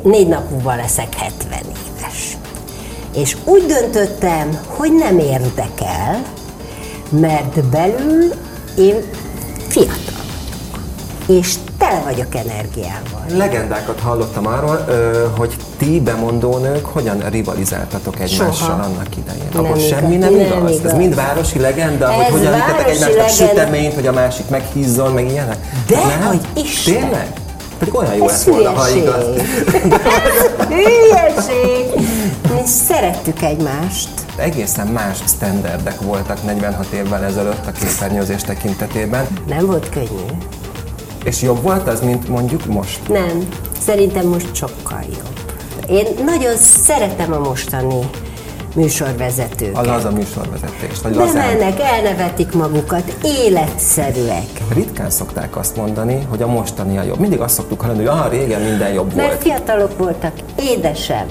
4 nap múlva leszek 70 éves. És úgy döntöttem, hogy nem érdekel, mert belül én fiatal vagyok, és tele vagyok energiával. Legendákat hallottam arról, hogy ti bemondónők hogyan rivalizáltatok egymással annak idején. Abban semmi nem igaz? Ez mind városi legenda, hogy hogyan vittetek egymásnak süteményt, hogy a másik meghízzon, meg ilyenek? Dehogy Isten! Tényleg? Pedig olyan jó lett volna, ha igaz. Hülyeség! Mi szerettük egymást. Egészen más sztenderdek voltak 46 évvel ezelőtt a képernyőzés tekintetében. Nem volt könnyű. És jobb volt az, mint mondjuk most? Nem. Szerintem most sokkal jobb. Én nagyon szeretem a mostani műsorvezetőket. A laza műsorvezetést, vagy bemennek, elnevetik magukat, életszerűek. Ritkán szokták azt mondani, hogy a mostani a jobb. Mindig azt szoktuk hallani, hogy régen minden jobb volt. Mert fiatalok voltak, édesem.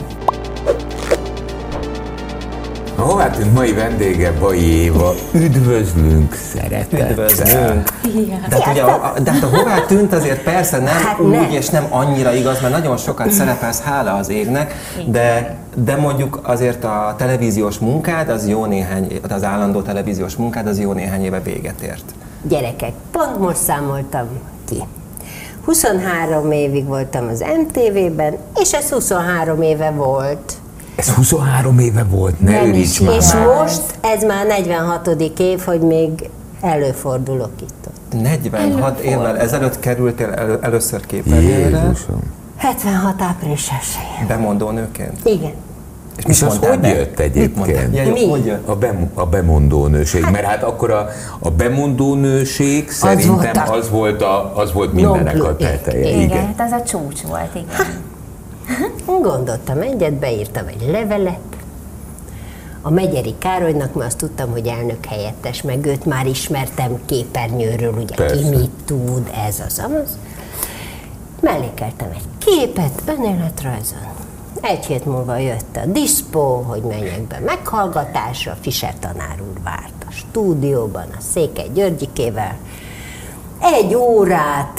A Hová tűnt mai vendége Bajy Éva. Üdvözlünk szeretettel. Üdvözlünk. De hát a Hová tűnt azért persze nem úgy és nem annyira igaz, mert nagyon sokat szerepelsz, hála az égnek, de mondjuk azért a televíziós munkád, az állandó televíziós munkád az jó néhány éve véget ért. Gyerekek, pont most számoltam ki. 23 évig voltam az MTV-ben, és ez 23 éve volt. Ez 23 éve volt, ne őríts már. És most ez már 46. év, hogy még előfordulok itt-ott. 46 évvel ezelőtt kerültél először képernyőre. 76 április 1-én. Bemondónőként? Igen. És az hogy jött egyébként? A bemondónőség, mert hát akkor a bemondónőség szerintem az volt mindenek a teteje. Igen, hát az a csúcs volt, igen. Gondoltam egyet, beírtam egy levelet. A Megyeri Károlynak, mert azt tudtam, hogy elnök helyettes, meg őt már ismertem képernyőről, ugye persze. Ki mit tud, ez az amaz. Mellékeltem egy képet önéletrajzon. 1 hét múlva jött a diszpó, hogy menjek be meghallgatásra. Fischer tanár úr várt a stúdióban, a Székely Györgyikével. 1 órát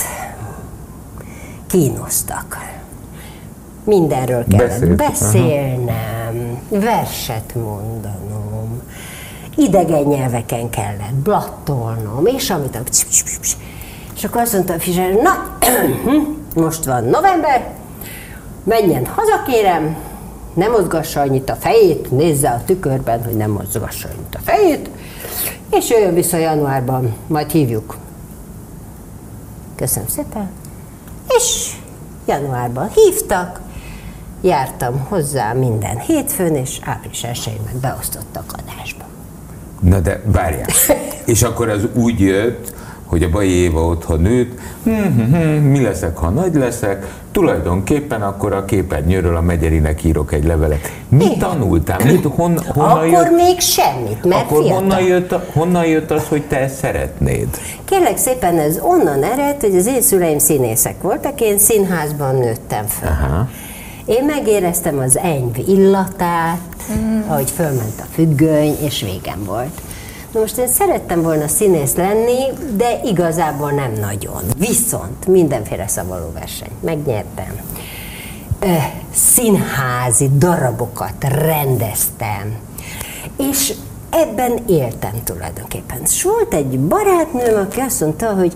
kínoztak. Mindenről kellett beszélnem, verset mondanom, idegen nyelveken kellett blattolnom, és amit és akkor azt mondta a Fischer, na, most van november, menjen haza kérem, ne mozgassa annyit a fejét, nézze a tükörben, hogy nem mozgassa annyit a fejét, és jöjjön vissza januárban, majd hívjuk. Köszönöm szépen. És januárban hívtak, jártam hozzá minden hétfőn, és április 1-én meg beosztottak adásba. Na de várjál, és akkor az úgy jött, hogy a Bajy Éva otthon nőtt, mi leszek, ha nagy leszek, tulajdonképpen akkor a képernyőről a Megyerinek írok egy levelet. Mit tanultál? Honnan akkor jött? még semmit, mert akkor fiatal. honnan jött az, hogy te ezt szeretnéd? Kérlek szépen, ez onnan ered, hogy az én szüleim színészek voltak, én színházban nőttem fel. Aha. Én megéreztem az enyv illatát, ahogy fölment a függöny, és végem volt. Na most én szerettem volna színész lenni, de igazából nem nagyon. Viszont mindenféle szavalóversenyt megnyertem. Színházi darabokat rendeztem. És ebben éltem tulajdonképpen. És volt egy barátnőm, aki azt mondta, hogy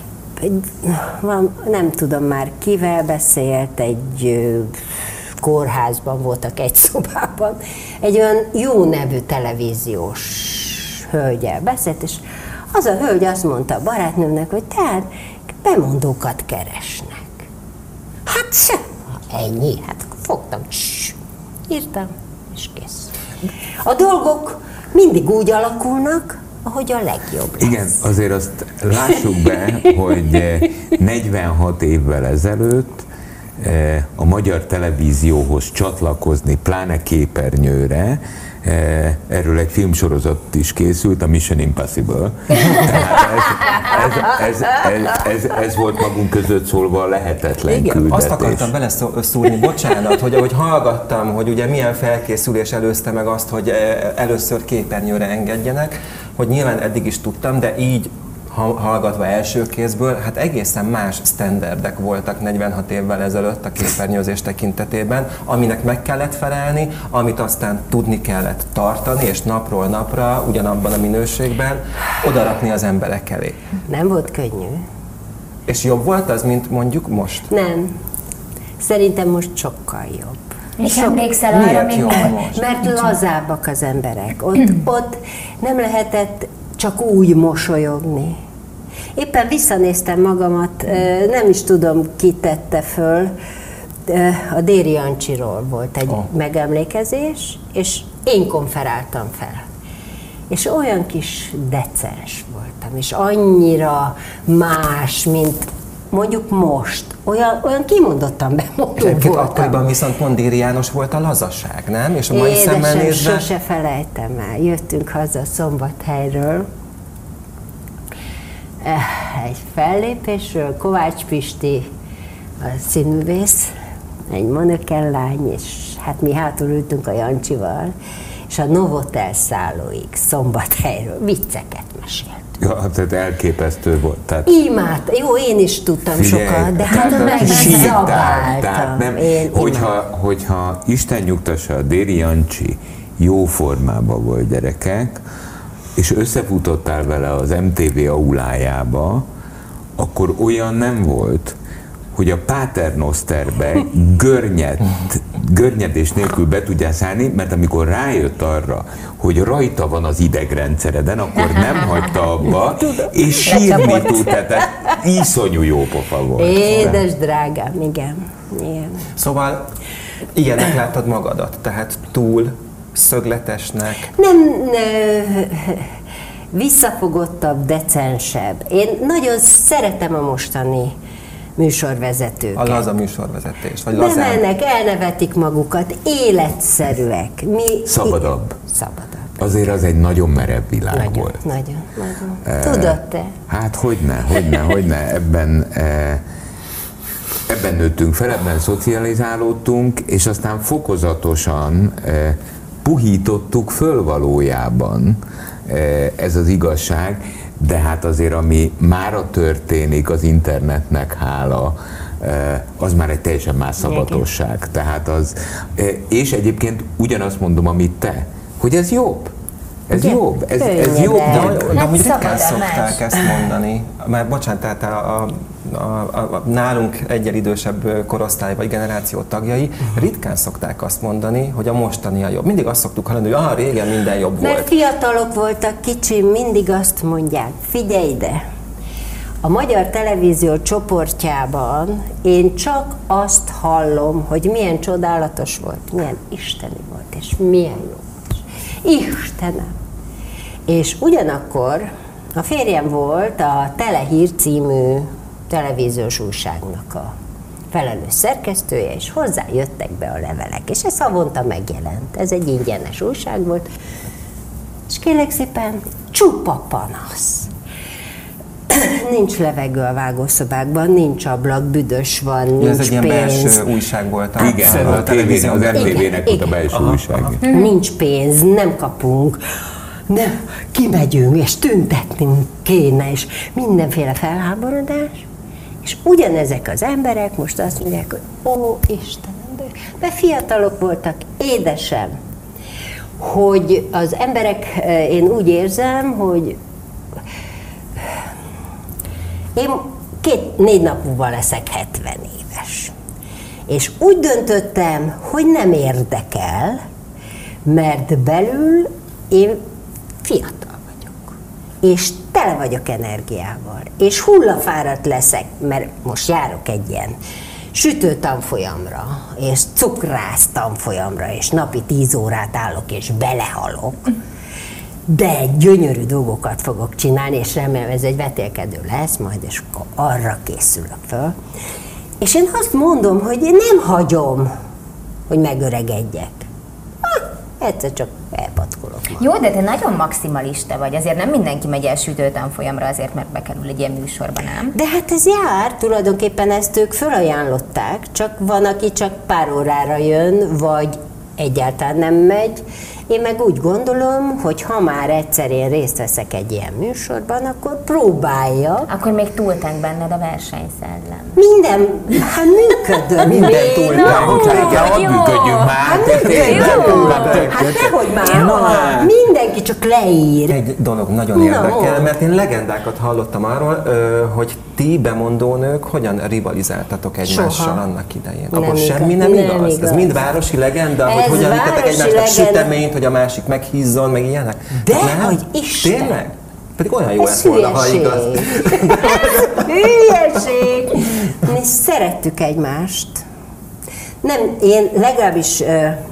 nem tudom már kivel beszélt, egy kórházban voltak egy szobában, egy olyan jó nevű televíziós hölgyel beszélt, és az a hölgy azt mondta a barátnőmnek, hogy tehát bemondókat keresnek. Hát ennyi, hát fogtam, írtam, és kész. A dolgok mindig úgy alakulnak, ahogy a legjobb lesz. Igen, azért azt lássuk be, hogy 46 évvel ezelőtt a magyar televízióhoz csatlakozni, pláne képernyőre, erről egy filmsorozat is készült, a Mission Impossible. Tehát ez volt magunk között szólva a lehetetlen igen, küldetés. azt akartam beleszúrni, bocsánat, hogy ahogy hallgattam, hogy ugye milyen felkészülés előzte meg azt, hogy először képernyőre engedjenek, hogy nyilván eddig is tudtam, de így hallgatva első kézből, hát egészen más sztenderdek voltak 46 évvel ezelőtt a képernyőzés tekintetében, aminek meg kellett felelni, amit aztán tudni kellett tartani, és napról napra, ugyanabban a minőségben odarakni az emberek elé. Nem volt könnyű. És jobb volt az, mint mondjuk most? Nem. Szerintem most sokkal jobb. És emlékszel arra, mert lazábbak az emberek. Ott nem lehetett csak úgy mosolyogni. Éppen visszanéztem magamat, nem is tudom, ki tette föl, a Déri Jancsiról volt egy megemlékezés, és én konferáltam fel. És olyan kis decens voltam, és annyira más, mint mondjuk most. Olyan kimondottan bemondó voltam. Akkoriban viszont Mondéri János volt a lazaság, nem? És a mai szemmel nézve... sose felejtem el. Jöttünk haza Szombathelyről, egy fellépésről, Kovács Pisti, a színművész, egy manökenlány, és hát mi hátul ültünk a Jancsival, és a Novotel szállóig Szombathelyről vicceket mesélt. Ja, tehát elképesztő volt. Tehát... Imád. Jó, én is tudtam sokat, de hát megzabáltam. Hogyha Isten nyugtassa, a Déri Jancsi jó formában volt, gyerekek, és összefutottál vele az MTV aulájába, akkor olyan nem volt, hogy a Paternosterbe görnyedés nélkül be tudjál szállni, mert amikor rájött arra, hogy rajta van az idegrendszereden, akkor nem hagyta abba, és sírni tudta, tehát iszonyú jó pofa volt. Édes drágám, igen. Szóval ilyenek láttad magadat, tehát túl szögletesnek? Nem, visszafogottabb, decensebb. Én nagyon szeretem a mostani műsorvezetőket. A laza műsorvezetés, vagy lazán. Bemennek, elnevetik magukat, életszerűek. Szabadabb. Szabadabb. Azért az egy nagyon merev világ volt. Nagyon. Tudod te? Hát hogyne. Ebben nőttünk fel, ebben szocializálódtunk, és aztán fokozatosan puhítottuk föl valójában, ez az igazság, de hát azért, ami mára történik az internetnek hála, az már egy teljesen más szabadosság. Tehát az, és egyébként ugyanazt mondom, amit te, hogy ez jobb. Ez jobb. Ez jobb. De amúgy ritkán szokták ezt mondani. Mert bocsánat, tehát a nálunk egyel idősebb korosztály vagy generáció tagjai ritkán szokták azt mondani, hogy a mostani a jobb. Mindig azt szoktuk hallani, hogy régen minden jobb volt. Mert fiatalok voltak, kicsim, mindig azt mondják, figyelj ide! A Magyar Televízió csoportjában én csak azt hallom, hogy milyen csodálatos volt, milyen isteni volt, és milyen jó. Istenem! És ugyanakkor a férjem volt a Telehír című televíziós újságnak a felelős szerkesztője, és hozzá jöttek be a levelek, és ez havonta megjelent. Ez egy ingyenes újság volt, és kérlek szépen, csupa panasz. Nincs levegő a vágószobákban, nincs ablak, büdös van, nincs pénz. Ez egy ilyen belső újság volt. Igen, a televízió, az MTV-nek volt a belső újság. Nincs pénz, nem kapunk, nem, kimegyünk, és tüntetnünk kéne, és mindenféle felháborodás. És ugyanezek az emberek most azt mondják, hogy ó, Istenem, de fiatalok voltak, édesem, hogy az emberek, én úgy érzem, hogy én 2-4 nap múlva leszek 70 éves. És úgy döntöttem, hogy nem érdekel, mert belül én fiatal vagyok. És tele vagyok energiával. És hullafáradt leszek, mert most járok egy ilyen sütő tanfolyamra, és cukrász tanfolyamra, és napi 10 órát állok, és belehalok. De gyönyörű dolgokat fogok csinálni, és remélem ez egy vetélkedő lesz majd, és akkor arra készülök föl. És én azt mondom, hogy én nem hagyom, hogy megöregedjek. Egyszer csak elpatkolok ma. Jó, de te nagyon maximalista vagy, azért nem mindenki megy el sütőtanfolyamra azért, mert bekerül egy ilyen műsorba, nem? De hát ez jár, tulajdonképpen ezt ők fölajánlották, csak van, aki csak pár órára jön, vagy egyáltalán nem megy. Én meg úgy gondolom, hogy ha már egyszer én részt veszek egy ilyen műsorban, akkor próbálja. Akkor még túltánk benned a versenyszellem. Minden, hát működött. Minden túltánk. Hadd működjünk már. Hát nehogy már. Mindenki csak leír. Egy dolog nagyon érdekel, mert én legendákat hallottam arról, hogy ti bemondónők hogyan rivalizáltatok egymással annak idején. Akkor semmi nem igaz? Ez mind városi legenda, hogy hogyan vittetek egymásnak süteményt, hogy a másik meghízzon, meg ilyenek? De, hogy Isten! Tényleg? Pedig olyan jó lett volna, ha igaz. Hülyeség! Mi szerettük egymást. Nem, én legalábbis...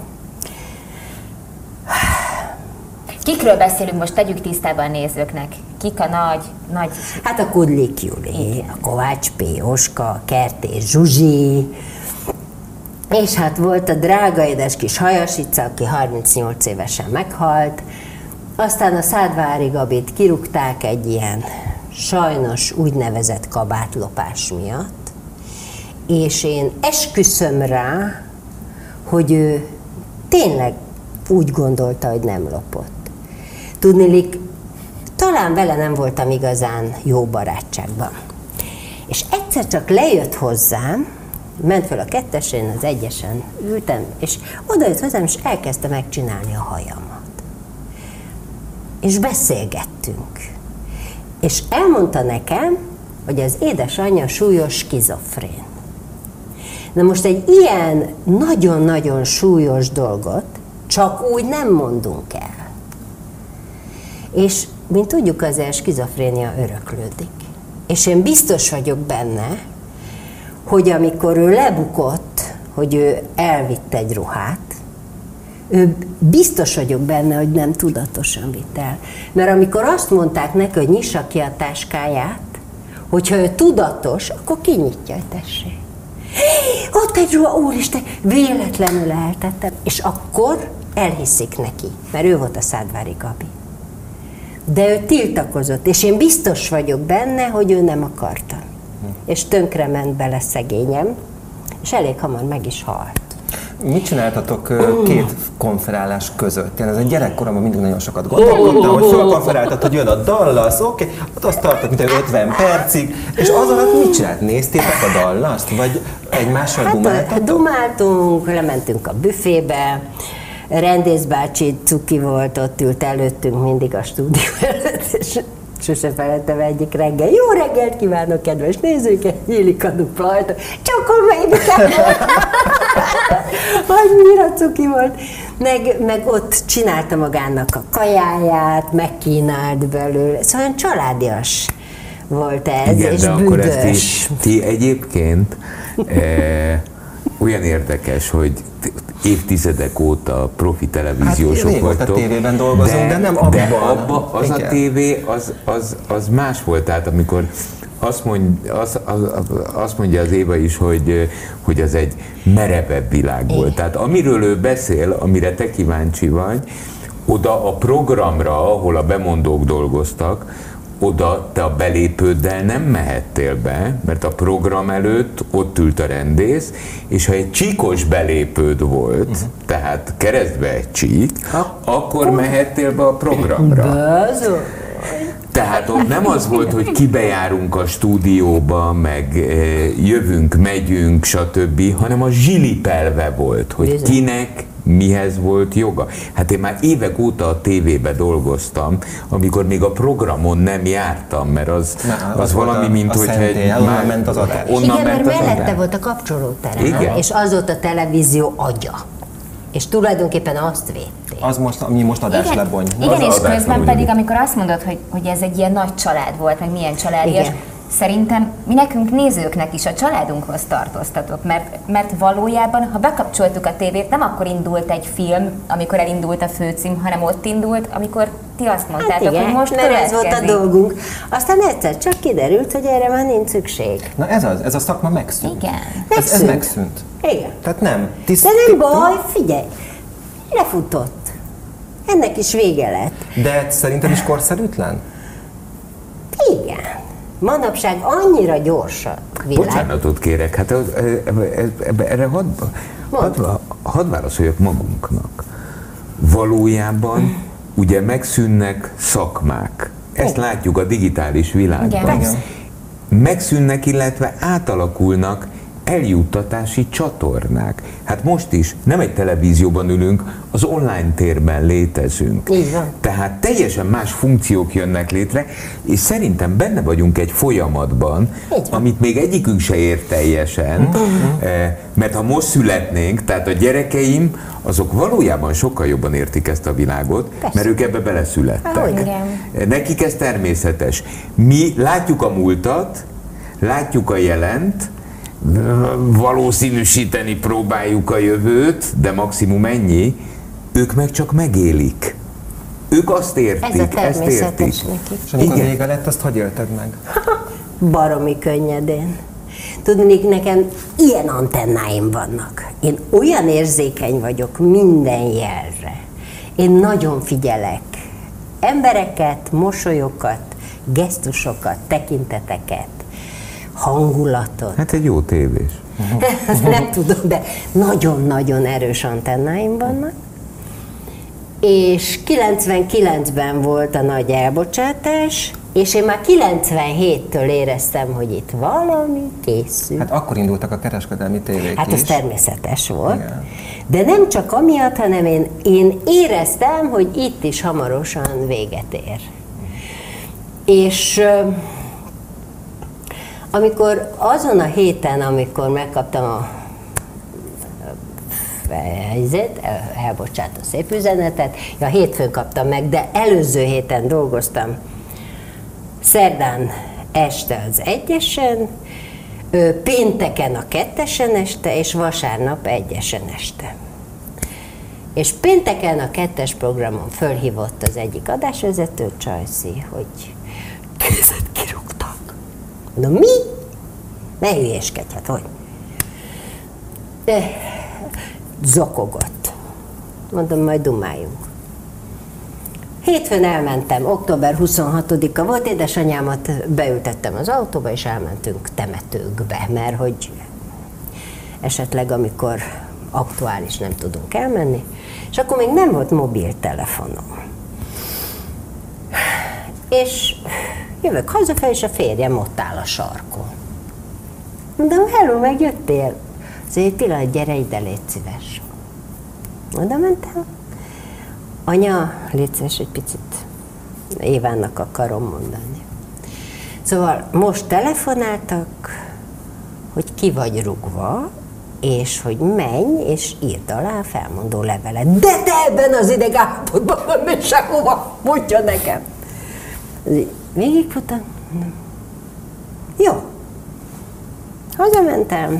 Kikről beszélünk most, tegyük tisztában a nézőknek. Kik a nagy... Hát a Kudlik Juli, a Kovács P. Oska, a Kertész Zsuzsi, és hát volt a drága édes kis Hajasica, aki 38 évesen meghalt, aztán a Szádvári Gabit kirúgták egy ilyen sajnos úgynevezett kabátlopás miatt, és én esküszöm rá, hogy ő tényleg úgy gondolta, hogy nem lopott. Tudniillik, talán vele nem voltam igazán jó barátságban. És egyszer csak lejött hozzám, ment fel a 2-esen, az 1-esen ültem, és oda jött hozzám, és elkezdte megcsinálni a hajamat. És beszélgettünk. És elmondta nekem, hogy az édesanyja súlyos skizofrén. Na most egy ilyen nagyon-nagyon súlyos dolgot csak úgy nem mondunk el. És, mint tudjuk, azért skizofrénia öröklődik. És én biztos vagyok benne, hogy amikor ő lebukott, hogy ő elvitt egy ruhát, ő biztos vagyok benne, hogy nem tudatosan vitt el. Mert amikor azt mondták neki, hogy nyissa ki a táskáját, hogyha ő tudatos, akkor kinyitja, hogy tessék. Ott egy ruha, úristen, véletlenül eltettem. És akkor elhiszik neki, mert ő volt a Szádvári Gabi. De ő tiltakozott, és én biztos vagyok benne, hogy ő nem akarta. És tönkre ment bele szegényem, és elég hamar meg is halt. Mit csináltatok két konferálás között? Én ez egy gyerekkoromban mindig nagyon sokat gondolkodtam, hogy fölkonferáltat, hogy jön a Dallas, oké, hát azt tartott, mint 50 percig, és az alatt mit csinált? Néztétek a Dallast? Vagy egymással dumáltatok? Dumáltunk, lementünk a büfébe, Rendész bácsi cuki volt, ott ült előttünk mindig a stúdió előtt, és sose feledtem egyik reggel. Jó reggelt kívánok, kedves nézők, nyílik a dupla ajtó. Csokolmányba kell! Hogy mire cuki volt. Meg ott csinálta magának a kajáját, megkínált belőle. Szóval családias volt ez, igen, és de büdös. akkor ezt ti egyébként olyan érdekes, hogy évtizedek óta profi televíziósok hát, vagytok. Hát tévében dolgozunk, de nem abban. De abba az igen. A tévé, az más volt. Tehát amikor azt mondja az Éva is, hogy az egy merevebb világ volt. Tehát amiről ő beszél, amire te kíváncsi vagy, oda a programra, ahol a bemondók dolgoztak, oda te a belépőddel nem mehettél be, mert a program előtt ott ült a rendész, és ha egy csíkos belépőd volt, tehát keresztbe egy csík, akkor mehettél be a programra. Tehát ott nem az volt, hogy kibejárunk a stúdióba, meg jövünk, megyünk, stb., hanem a zsilipelve volt, hogy kinek mihez volt joga. Hát én már évek óta a tévébe dolgoztam, amikor még a programon nem jártam, mert az valami, mint hogyha onnan ment az adás. Igen, mert mellette volt a kapcsolóterem, és az volt a televízió agya. És tulajdonképpen azt védték. Az most, ami most adás lebony. Igen, és közben pedig, amikor azt mondod, hogy ez egy ilyen nagy család volt, meg milyen családias, szerintem mi nekünk nézőknek is a családunkhoz tartoztatok, mert valójában, ha bekapcsoltuk a tévét, nem akkor indult egy film, amikor elindult a főcím, hanem ott indult, amikor ti azt mondtátok, hogy most mert ez volt a dolgunk. Aztán egyszer csak kiderült, hogy erre már nincs szükség. Na ez a szakma megszűnt. Igen. Ez megszűnt. Igen. Tehát nem. De nem baj, figyelj, lefutott. Ennek is vége lett. De szerintem is korszerűtlen? Igen. Manapság annyira gyors a világ. Bocsánatot kérek, hát erre hadd válaszoljak magunknak. valójában ugye megszűnnek szakmák. Ezt látjuk a digitális világban. Igen. Megszűnnek, illetve átalakulnak eljuttatási csatornák. Hát most is nem egy televízióban ülünk, az online térben létezünk. Így van. Tehát teljesen más funkciók jönnek létre, és szerintem benne vagyunk egy folyamatban, amit még egyikünk se ért teljesen, mert ha most születnénk, tehát a gyerekeim, azok valójában sokkal jobban értik ezt a világot, mert ők ebbe beleszülettek. Nekik ez természetes. Mi látjuk a múltat, látjuk a jelent, valószínűsíteni próbáljuk a jövőt, de maximum ennyi, ők meg csak megélik. Ők azt értik, ezt értik. És amikor vége lett, azt hogy élted meg? Baromi könnyedén. Tudnék, nekem ilyen antennáim vannak. Én olyan érzékeny vagyok minden jelre. Én nagyon figyelek embereket, mosolyokat, gesztusokat, tekinteteket, hangulatot. Hát egy jó tévés. Nem tudom, de nagyon-nagyon erős antennáim vannak. És 99-ben volt a nagy elbocsátás, és én már 97-től éreztem, hogy itt valami készül. Hát akkor indultak a kereskedelmi tévék Hát is. ez természetes volt. Igen. De nem csak amiatt, hanem én éreztem, hogy itt is hamarosan véget ér. És amikor azon a héten, amikor megkaptam a elbocsát a szép üzenetet, a hétfőn kaptam meg, de előző héten dolgoztam, szerdán este az 1-esen, pénteken a 2-esen este, és vasárnap 1-esen este. És pénteken a 2-es programon fölhívott az egyik adásvezető, Csajci, hogy kézet kirúgtak. Mondom, mi? Ne hülyéskedj, hát hogy? Zokogott. Mondom, majd dumáljunk. Hétfőn elmentem, október 26-a volt, édesanyámat beültettem az autóba, és elmentünk temetőkbe, mert hogy esetleg amikor aktuális nem tudunk elmenni, és akkor még nem volt mobiltelefonom. És jövök hazafelé, és a férjem ott áll a sarkon. Mondom, hello, megjöttél? Azért egy pillanat, gyere ide, légy szíves. Oda mentem. Anya, légy szíves, egy picit Évánnak akarom mondani. Szóval most telefonáltak, hogy ki vagy rúgva, és hogy menj, és írd alá a felmondó levelet. De te ebben az idegállapotban nem megy sehova, mondja nekem. Végigfutam. Jó. Hazamentem.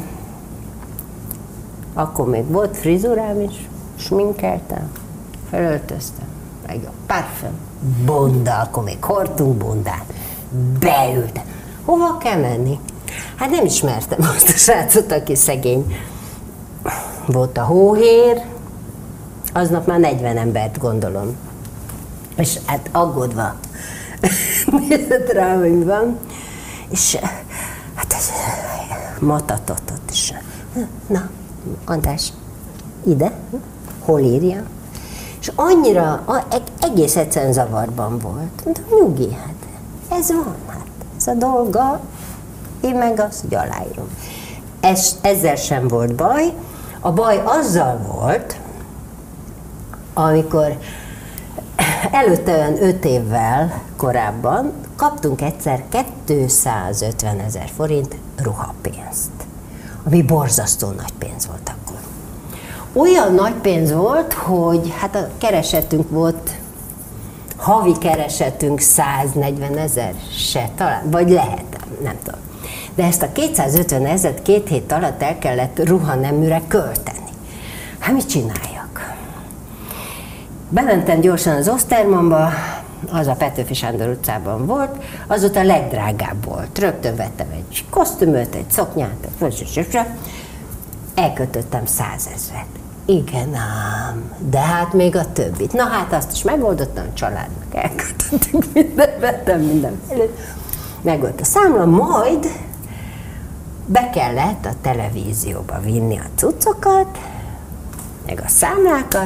Akkor még volt frizurám is, sminkeltem, felöltöztem, meg a parfüm, bunda, akkor még hordtunk bundát, beültem. Hova kell menni? Hát nem ismertem azt a srácot, aki szegény. Volt a hóhér, aznap már 40 embert gondolom. És hát aggódva nézett rá, hogy van, és hát ez matatott ott is. Na, András, ide, hol írja? És annyira, egész egyszerűen zavarban volt. Mondtam, nyugi, hát ez van, hát ez a dolga, én meg azt, hogy aláírom. Ezzel sem volt baj. A baj azzal volt, amikor előtte olyan 5 évvel korábban kaptunk egyszer 250 000 forint ruhapénzt, ami borzasztó nagy pénz volt akkor. Olyan nagy pénz volt, hogy hát a keresetünk volt, havi keresetünk 140 000 se talán, vagy lehet, nem tudom. De ezt a 250 000 2 hét alatt el kellett ruhaneműre költeni. Hát mit csináljak? Bementem gyorsan az Osztermanba, az a Petőfi Sándor utcában volt, az ott a legdrágább volt. Rögtön vettem egy kosztümöt, egy szoknyát, elkötöttem 100 000. Igen ám, de hát még a többit. Na hát azt is megoldottam, a családnak elkötöttük mindent, vettem minden előtt. Meg volt a számla, majd be kellett a televízióba vinni a cuccokat, meg a számlákat,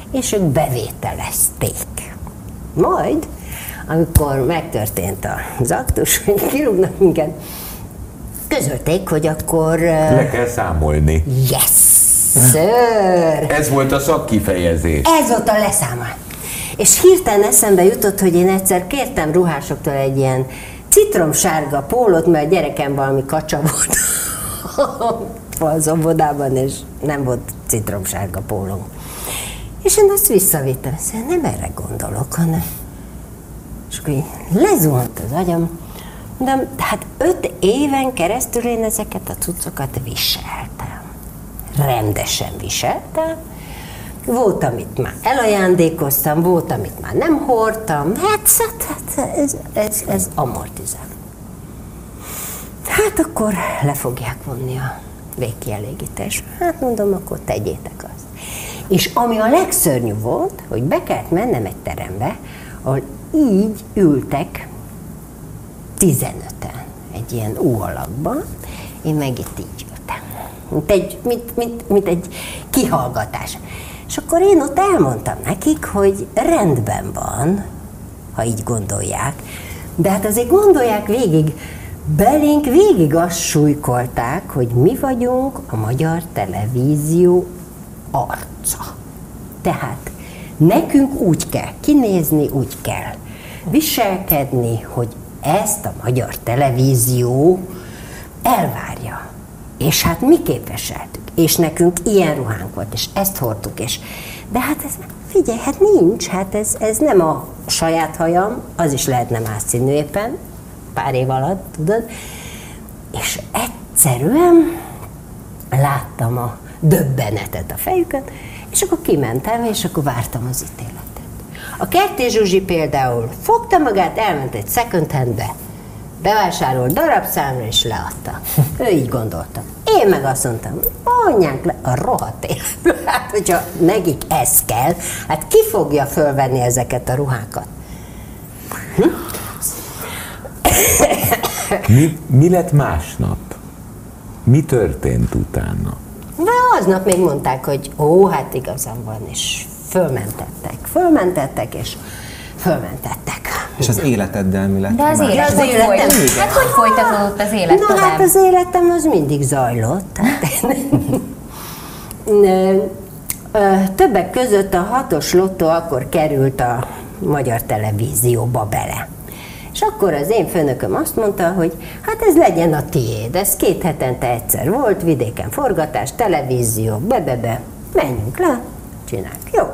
és ők bevételezték. Majd, amikor megtörtént az aktus, hogy kirúgnak minket, közölték, hogy akkor... Le kell számolni. Yes, sir! Ez volt a szakkifejezés. Ez volt a leszámolás. És hirtelen eszembe jutott, hogy én egyszer kértem ruhásoktól egy ilyen citromsárga pólót, mert a gyerekem valami kacsa volt az óvodában, és nem volt citromsárga póló. És én azt visszavittem, szóval nem erre gondolok, hanem... És akkor így lezuhant az agyam, de hát 5 éven keresztül én ezeket a cuccokat viseltem. Rendesen viseltem. Volt, amit már elajándékoztam, volt, amit már nem hordtam. Hát ez amortizál. Hát akkor le fogják vonni a végkielégítést. Hát mondom, akkor tegyétek azt. És ami a legszörnyű volt, hogy be kellett mennem egy terembe, ahol így ültek 15-en egy ilyen U alakban, én meg itt így ültem. Mint egy kihallgatás. És akkor én ott elmondtam nekik, hogy rendben van, ha így gondolják, de hát azért gondolják végig, belénk végig azt súlykolták, hogy mi vagyunk a magyar televízió arca. Tehát nekünk úgy kell kinézni, úgy kell viselkedni, hogy ezt a magyar televízió elvárja. És hát mi képviseltük, és nekünk ilyen ruhánk volt, és ezt hordtuk, és... De hát ez, figyelj, hát nincs, hát ez nem a saját hajam, az is lehetne más színű éppen, pár év alatt, tudod? És egyszerűen láttam a döbbenetet a fejükön, és akkor kimentem, és akkor vártam az ítéletet. A Kertész Zsuzsi például fogta magát, elment egy second handbe, bevásárolt darabszámra és leadta. Ő így gondolta. Én meg azt mondtam, mondják le a rohadt életből. Hát, hogyha nekik ez kell, hát ki fogja fölvenni ezeket a ruhákat? Mi lett másnap? Mi történt utána? De aznap még mondták, hogy hát igazán van, és fölmentettek, és fölmentettek. És az életeddel mi lett? De az életem. Hát hogy folytatódott az élet tovább? Hát az életem az mindig zajlott. Többek között a 6-os lottó akkor került a Magyar Televízióba bele. És akkor az én főnököm azt mondta, hogy hát ez legyen a tiéd, ez 2 hetente egyszer volt, vidéken forgatás, televízió, menjünk le, csináljuk. Jó.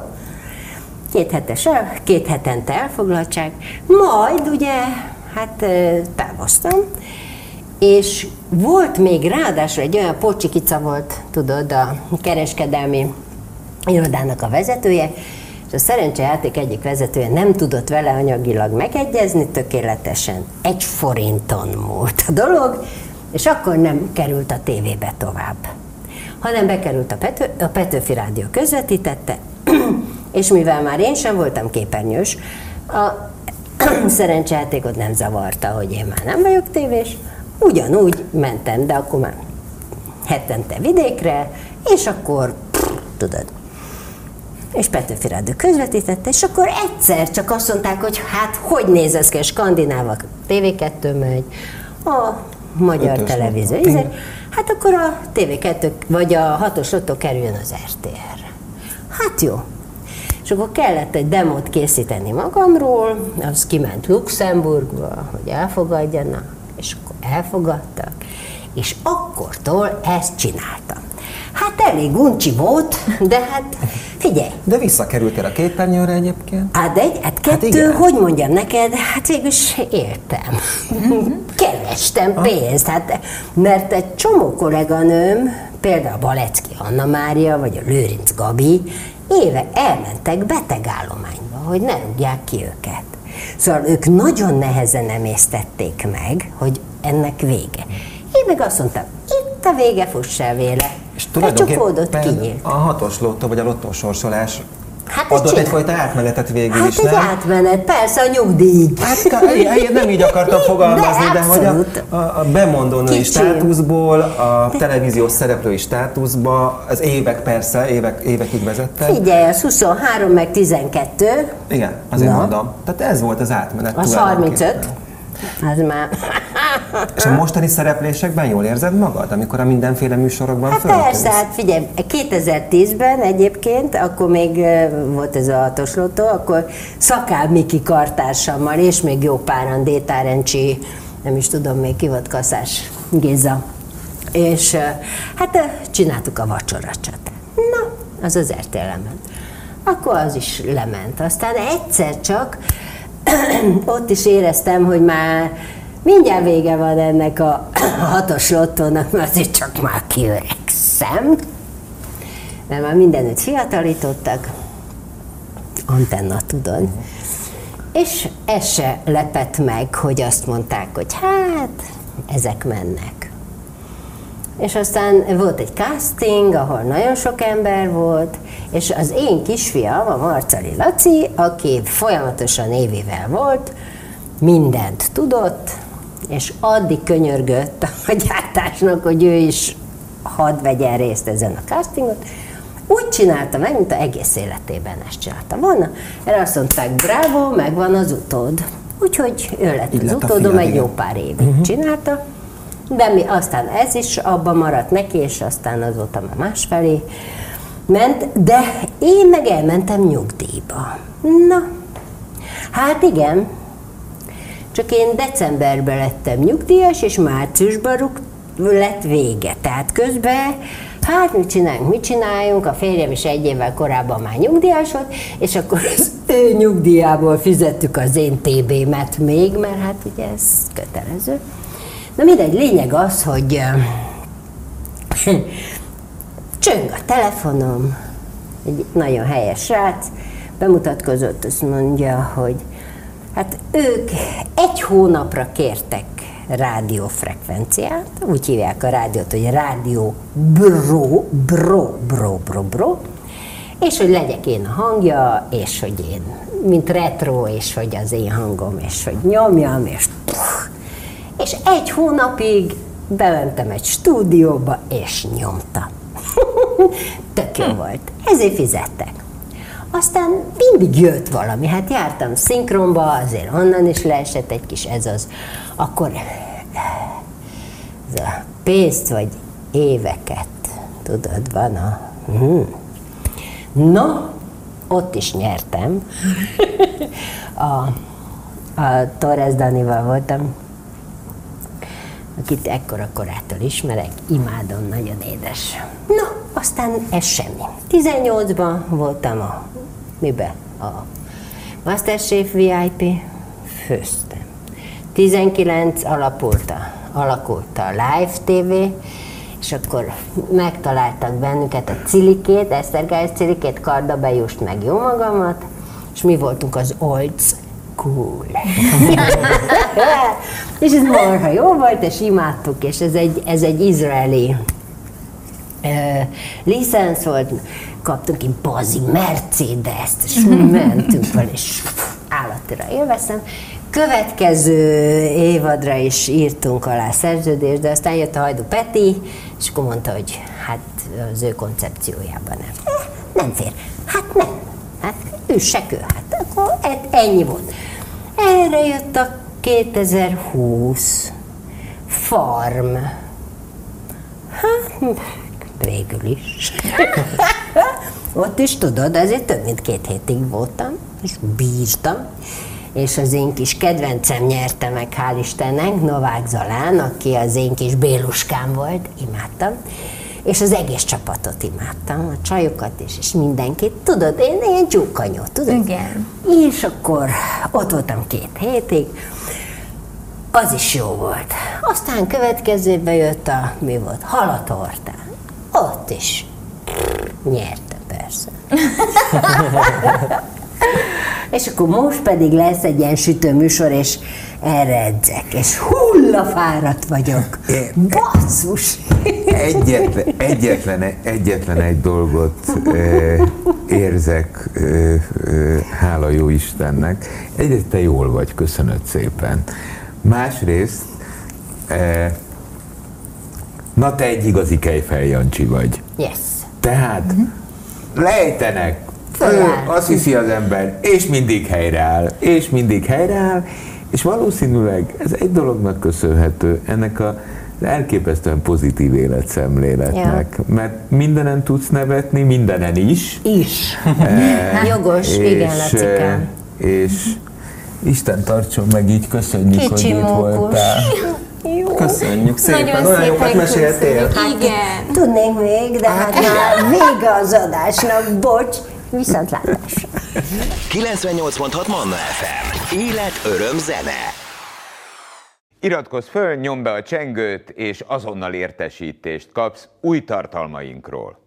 2 hetente elfoglaltság, majd ugye, hát távoztam, és volt még ráadásul egy olyan pocsikica volt, tudod, a kereskedelmi irodának a vezetője, és a szerencsejáték egyik vezetője nem tudott vele anyagilag megegyezni, tökéletesen 1 forinton múlt a dolog, és akkor nem került a tévébe tovább, hanem bekerült a Petőfi Rádió közvetítette, és mivel már én sem voltam képernyős, a szerencsejátékot nem zavarta, hogy én már nem vagyok tévés, ugyanúgy mentem, de akkor már hetente vidékre, és akkor, tudod, és Petőfi Rádió közvetítette, és akkor egyszer csak azt mondták, hogy hát hogy néz ez ki, a skandinávak, TV2 megy, a Magyar Televízió, hát akkor a TV2 vagy a 6-os lottó kerüljön az RTR-re. Hát jó. És akkor kellett egy demót készíteni magamról, az kiment Luxemburgba, hogy elfogadjanak, és akkor elfogadtak, és akkortól ezt csináltam. Hát elég uncsi volt, de hát figyelj. De visszakerültél a képernyőre egyébként? Hát 2, hogy mondjam neked, hát végülis éltem. Kerestem pénzt, hát, mert egy csomó kolléganőm, például a Balecki Anna Mária, vagy a Lőrinc Gabi, éve elmentek betegállományba, hogy ne rúgják ki őket. Szóval ők nagyon nehezen emésztették meg, hogy ennek vége. Én meg azt mondtam, itt a vége, fuss el véle. És tulajdonképpen a 6-os lottó, vagy a lottósorsolás Hát adott egyfajta átmenetet végül is, nem? Hát egy átmenet, persze a nyugdíj. Hát nem így akartam fogalmazni, de hogy a bemondónői státuszból a televíziós szereplői státuszba az évek persze, évekig vezettek. Figyelj, az 23 meg 12. Igen, azért mondom. Tehát ez volt az átmenet. Az 35. Az már... És a mostani szereplésekben jól érzed magad, amikor a mindenféle műsorokban fölkerülsz? Persze, hát figyelj, 2010-ben egyébként, akkor még volt ez a 6-os lottó, akkor Szakáb Miki kartársammal, és még jó páran, Détár Encsi, nem is tudom még ki volt, Kaszás Géza. És hát csináltuk a vacsoracsat. Na, az az RTL-en ment. Akkor az is lement. Aztán egyszer csak ott is éreztem, hogy már mindjárt vége van ennek a 6-os lottónak, mert azért csak már kiöregszem. Mert már mindenütt fiatalítottak. Antenna, tudod. És ez se lepett meg, hogy azt mondták, hogy hát, ezek mennek. És aztán volt egy casting, ahol nagyon sok ember volt, és az én kisfiam, a Marcali Laci, aki folyamatosan évével volt, mindent tudott, és addig könyörgött a gyártásnak, hogy ő is hadd vegyen részt ezen a castingot, úgy csinálta meg, mint az egész életében ezt csinálta volna. Erre azt mondták, bravo, megvan az utód. Úgyhogy ő lett az utódom, egy jó pár évig csinálta. De aztán ez is abban maradt neki, és aztán azóta már másfelé ment, de én meg elmentem nyugdíjba. Na, hát igen, csak én decemberben lettem nyugdíjas, és márciusban lett vége. Tehát közben, hát mit csináljunk, a férjem is egy évvel korábban már nyugdíjas volt, és akkor az ő nyugdíjából fizettük az én TB-met még, mert hát ugye ez kötelező. Na mindegy, lényeg az, hogy csöng a telefonom, egy nagyon helyes srác, bemutatkozott, azt mondja, hogy hát ők 1 hónapra kértek rádiófrekvenciát, úgy hívják a rádiót, hogy rádió bro, és hogy legyek én a hangja, és hogy én, mint retro, és hogy az én hangom, és hogy nyomjam, és 1 hónapig bementem egy stúdióba, és nyomtam. Tök jó volt. Ezért fizettek. Aztán mindig jött valami. Hát jártam szinkronba, azért onnan is leesett egy kis akkor ez a pénzt vagy éveket, tudod, van a... Na, ott is nyertem. a Torres Danival voltam, akit ekkora korától ismerek, imádom, nagyon édes. Na, aztán ez semmi. 18-ban voltam a Masterchef VIP, főztem. 19 alakult a Live TV, és akkor megtaláltak bennünket a Cilikét, Esztergályos Cilikét, Karda Bejust, meg jó magamat, és mi voltunk az old school. És ez marha jó volt, és imádtuk, és ez egy izraeli licensz volt, kaptunk egy bazi Mercedes-t, és mentünk fel, és állatira élveztem. Következő évadra is írtunk alá szerződést, de aztán jött a Hajdú Peti, és akkor mondta, hogy hát az ő koncepciójában nem fér. Hát nem, hát ő se kő, hát akkor ennyi volt. Erre jött a 2020 Farm. Hát, végül is. Ott is tudod, azért több mint 2 hétig voltam, és bírtam. És az én kis kedvencem nyerte meg, hál' Istennek, Novák Zalán, aki az én kis Béluskám volt, imádtam. És az egész csapatot imádtam, a csajokat is, és mindenkit. Tudod, én ilyen csúkanyó, tudod? Igen. És akkor ott voltam 2 hétig, az is jó volt. Aztán következőben jött mi volt? Halatortán. Ott is nyerte, persze. És akkor most pedig lesz egy ilyen sütőműsor, és erre edzek, és hullafáradt vagyok. Basszus! Egyetlen egy dolgot érzek, hála jó Istennek. Egyrészt te jól vagy, köszönöd szépen. Másrészt, na te egy igazi Kejfej Jancsi vagy. Yes. Tehát lejtenek, azt hiszi az ember, és mindig helyreáll, és valószínűleg ez egy dolognak köszönhető, ennek az elképesztően pozitív életszemléletnek, mert mindenen tudsz nevetni, mindenen is. Jogos, igen, Lacikám. És Isten tartson meg, így köszönjük, Kicsi hogy itt voltál. Jó. Köszönjük szépen, Nagyon olyan jókat szépen meséltél. Igen. Tudnék még, de hát már vége az adásnak, bocs, viszontlátásra. 98.6 Manna FM. Élet, öröm, zene. Iratkozz föl, nyomd be a csengőt, és azonnal értesítést kapsz új tartalmainkról.